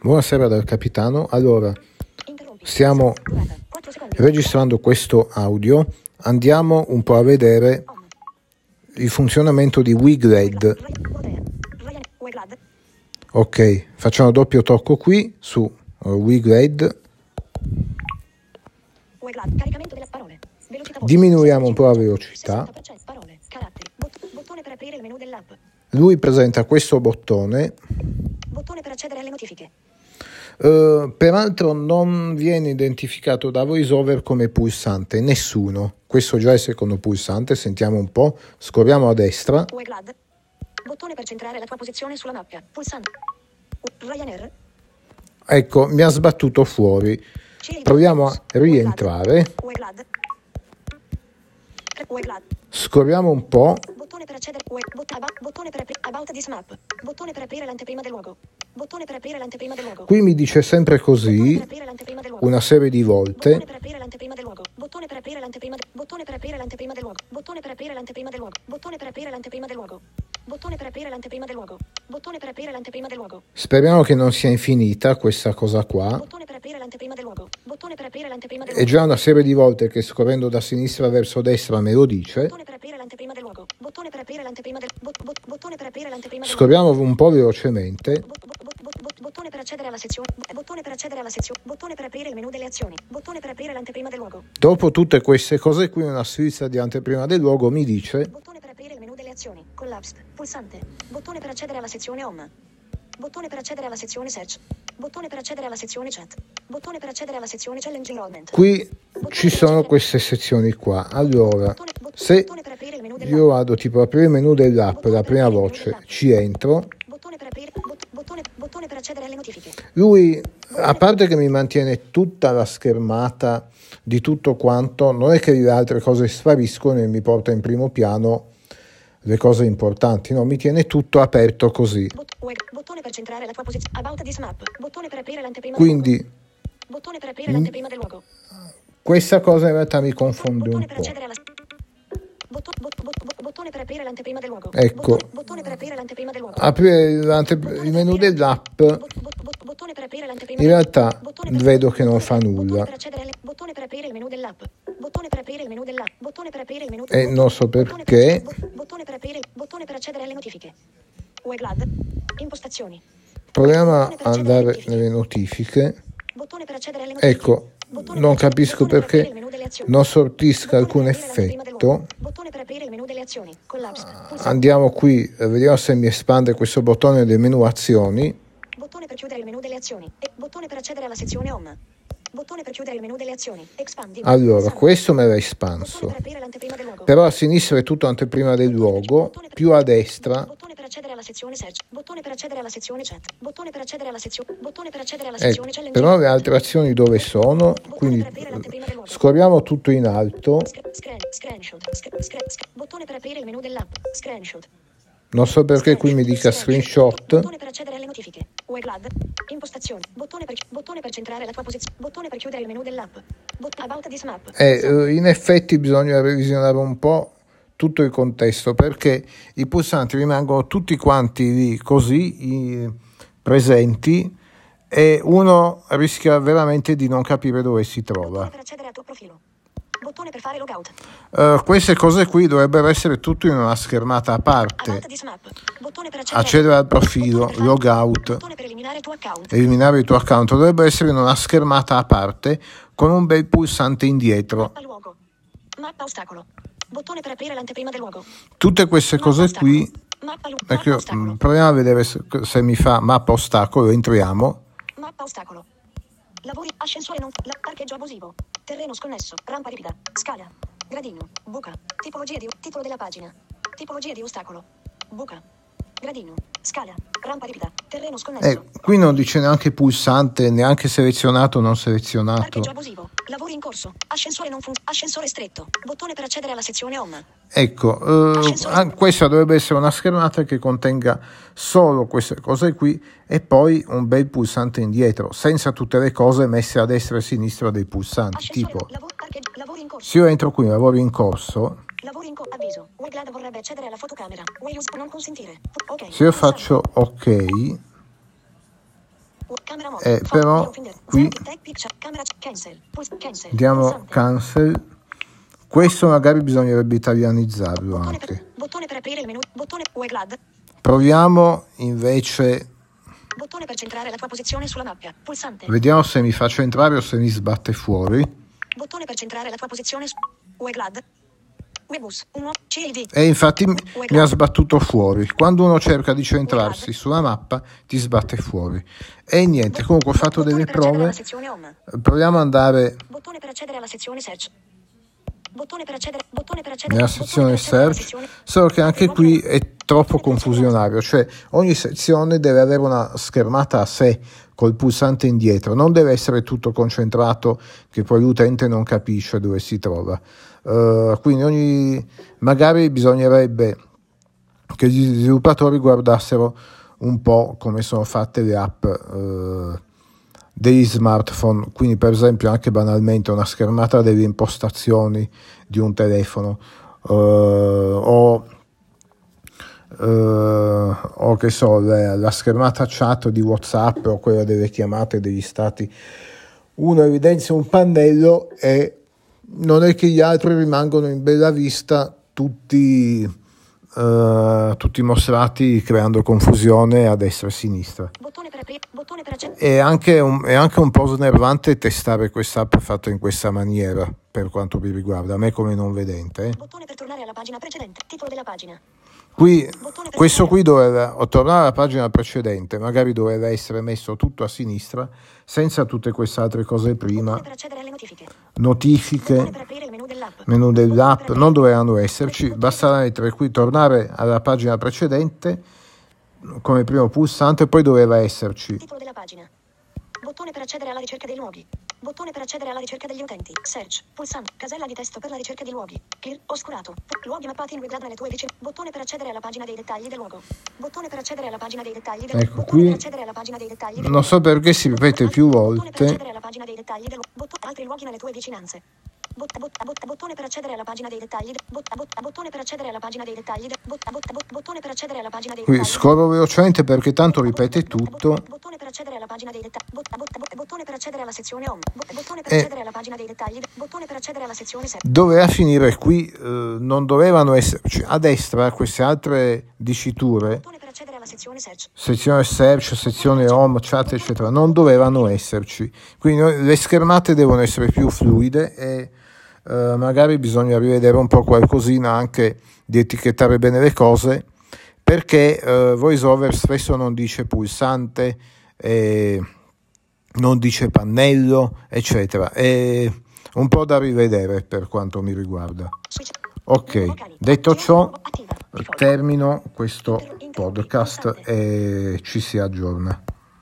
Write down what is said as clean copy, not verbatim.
Buonasera dal capitano. Allora, stiamo registrando questo audio. Andiamo un po' a vedere il funzionamento di WeGlade. Ok, facciamo doppio tocco qui su WeGlade. Diminuiamo un po' la velocità. Lui presenta questo bottone. Bottone per accedere alle notifiche. Peraltro non viene identificato da VoiceOver come pulsante, nessuno. Questo già è il secondo pulsante, sentiamo un po', scorriamo a destra. Bottone per centrare la tua posizione sulla mappa, pulsante. Ryanair. Ecco, mi ha sbattuto fuori. Proviamo a rientrare. Scorriamo un po'. Bottone per accedere. Bottone per about this map. Bottone per aprire l'anteprima del luogo. Bottone per aprire l'anteprima del luogo. Qui mi dice sempre così una serie di volte. Bottone per aprire l'anteprima del luogo. Bottone per aprire l'anteprima del Bottone per aprire l'anteprima del luogo. Bottone per aprire l'anteprima del luogo. Bottone per aprire l'anteprima del luogo. Bottone per aprire l'anteprima del luogo. Bottone per aprire l'anteprima del luogo. Speriamo che non sia infinita questa cosa qua. Bottone per aprire l'anteprima del luogo. Bottone per aprire l'anteprima del luogo. È già una serie di volte che scorrendo da sinistra verso destra me lo dice. Bottone per aprire l'anteprima del luogo. Bottone per aprire l'anteprima del Bottone per aprire l'anteprima del Scorriamo un po' velocemente. Bottone per accedere alla sezione. Bottone per accedere alla sezione. Bottone per aprire il menu delle azioni. Bottone per aprire l'anteprima del luogo. Dopo tutte queste cose qui, una sfilza di anteprima del luogo mi dice. Bottone per aprire il menu delle azioni. Collapsed. Pulsante. Bottone per accedere alla sezione home. Bottone per accedere alla sezione search. Bottone per accedere alla sezione chat. Bottone per accedere alla sezione challenge enrollment. Qui ci sono queste sezioni qua. Allora, se io vado tipo aprire il menu dell'app, la prima voce, ci entro. Bottone per accedere alle notifiche. Lui, a parte che mi mantiene tutta la schermata di tutto quanto, non è che le altre cose spariscono e mi porta in primo piano le cose importanti, no, mi tiene tutto aperto così. Bottone per centrare la tua posizione. About this map. Bottone per aprire l'anteprima. Quindi bottone per aprire l'anteprima del luogo. Questa cosa in realtà mi confonde un po'. Bottone per aprire l'anteprima del luogo. Ecco, Bottone per aprire l'anteprima del luogo. aprire il menu dell'app. Bottone per aprire l'anteprima. In realtà vedo che non fa nulla. Bottone per aprire il menu dell'app. Bottone per aprire il menu dell'app. Bottone per aprire il menu. E non so perché. Bottone per aprire. Bottone per accedere alle notifiche. WeGlade. Impostazioni. Proviamo ad andare nelle notifiche. Bottone per accedere alle notifiche. Ecco, non capisco perché non sortisca alcun effetto. Bottone per aprire il menu delle azioni. Andiamo qui, vediamo se mi espande questo bottone del menu azioni. Bottone per chiudere il menu delle azioni. E bottone per accedere alla sezione home. Bottone per chiudere il menu delle azioni. Expandi. Allora, questo me l'ha espanso. Però a sinistra è tutto anteprima del luogo, più a destra. Bottone per accedere alla sezione search. Bottone per accedere alla sezione chat. Bottone per accedere alla sezione. Bottone per accedere alla sezione challenge. Però le altre azioni dove sono? Quindi scorriamo tutto in alto. Bottone per aprire il menu dell'app. Screenshot. Non so perché qui mi dica screenshot. Bottone per accedere alle notifiche. WeGlade. Impostazioni. Bottone per centrare la tua posizione. Bottone per chiudere il menu dell'app. About this map. In effetti bisogna revisionare un po' tutto il contesto, perché i pulsanti rimangono tutti quanti lì così presenti e uno rischia veramente di non capire dove si trova. Bottone per accedere al tuo profilo. Bottone per fare logout. Queste cose qui dovrebbero essere tutto in una schermata a parte. Accedere al profilo, logout, Bottone per eliminare il tuo account. eliminare il tuo account, dovrebbe essere in una schermata a parte con un bel pulsante indietro. Mappa luogo. Mappa ostacolo. Bottone per aprire l'anteprima del luogo. Tutte queste cose qui, Mappa ecco, proviamo a vedere se mi fa mappa ostacolo, entriamo. Mappa ostacolo. Lavori, ascensore non, parcheggio abusivo, terreno sconnesso, rampa ripida, scala, gradino, buca, tipologia di, titolo della pagina, tipologia di ostacolo, buca, gradino, scala, rampa ripida, terreno sconnesso. Qui non dice neanche pulsante, neanche selezionato o non selezionato. Parcheggio abusivo, lavori in corso, ascensore non ascensore stretto, bottone per accedere alla sezione home. Ecco, questa dovrebbe essere una schermata che contenga solo queste cose qui e poi un bel pulsante indietro, senza tutte le cose messe a destra e a sinistra dei pulsanti. Tipo, se io entro qui, lavoro in corso, avviso, WeGlade vorrebbe accedere alla fotocamera, non consentire. Okay. Se io faccio ok, Camera mode. Però qui Cancel. Cancel. diamo cancel. Questo magari bisognerebbe italianizzarlo anche. Bottone per aprire il menu. Bottone WeGlad. Proviamo invece, Bottone per centrare la tua posizione sulla mappa. Pulsante. vediamo se mi fa centrare o se mi sbatte fuori. Bottone per centrare la tua posizione su WeGlad. Webus. 1 CID. E infatti mi ha sbattuto fuori. Quando uno cerca di centrarsi sulla mappa ti sbatte fuori. E niente, comunque ho fatto delle prove. Proviamo ad andare Bottone per accedere alla sezione search. Bottone per accedere nella sezione search, solo che anche qui è troppo confusionario, cioè ogni sezione deve avere una schermata a sé col pulsante indietro, non deve essere tutto concentrato che poi l'utente non capisce dove si trova. Quindi magari bisognerebbe che gli sviluppatori guardassero un po' come sono fatte le app degli smartphone, quindi per esempio anche banalmente una schermata delle impostazioni di un telefono o che so, la schermata chat di WhatsApp o quella delle chiamate degli stati. Uno evidenzia un pannello e non è che gli altri rimangono in bella vista tutti mostrati creando confusione a destra e a sinistra. È anche un po' snervante testare quest'app fatta in questa maniera, per quanto mi riguarda, a me come non vedente. Bottone per tornare alla pagina precedente. Titolo della pagina. Qui, questo qui doveva tornare alla pagina precedente, magari doveva essere messo tutto a sinistra senza tutte queste altre cose prima. Notifiche, menu dell'app, non dovevano esserci, bastava mettere qui tornare alla pagina precedente come primo pulsante, poi doveva esserci. Titolo della pagina. Bottone per accedere alla ricerca dei luoghi. Bottone per accedere alla ricerca degli utenti. Search. Pulsante. Casella di testo per la ricerca di luoghi. Clear. Oscurato. Luoghi mappati in WeGlad nelle tue vicine. Bottone per accedere alla pagina dei dettagli del luogo. Bottone per accedere alla pagina dei dettagli del Ecco, bottone qui per accedere alla pagina dei dettagli del non so perché si ripete più bottone per volte. accedere alla pagina dei dettagli del altri luoghi nelle tue vicinanze. Bottone per accedere alla pagina dei dettagli. Bottone per accedere alla pagina dei dettagli. Bottone per accedere alla pagina dei Qui dettagli. scorro velocemente perché tanto ripete tutto. Bottone per accedere alla pagina dei dettagli. Bottone per accedere alla sezione home. Bottone per accedere alla pagina dei dettagli. Bottone per accedere alla sezione search. Doveva finire qui, non dovevano esserci a destra queste altre diciture, Bottone per accedere alla sezione search. sezione search, sezione home, chat eccetera, non dovevano esserci, quindi le schermate devono essere più fluide e magari bisogna rivedere un po' qualcosina anche di etichettare bene le cose, perché VoiceOver spesso non dice pulsante, non dice pannello eccetera, è un po' da rivedere per quanto mi riguarda. Ok, detto ciò termino questo podcast e ci si aggiorna.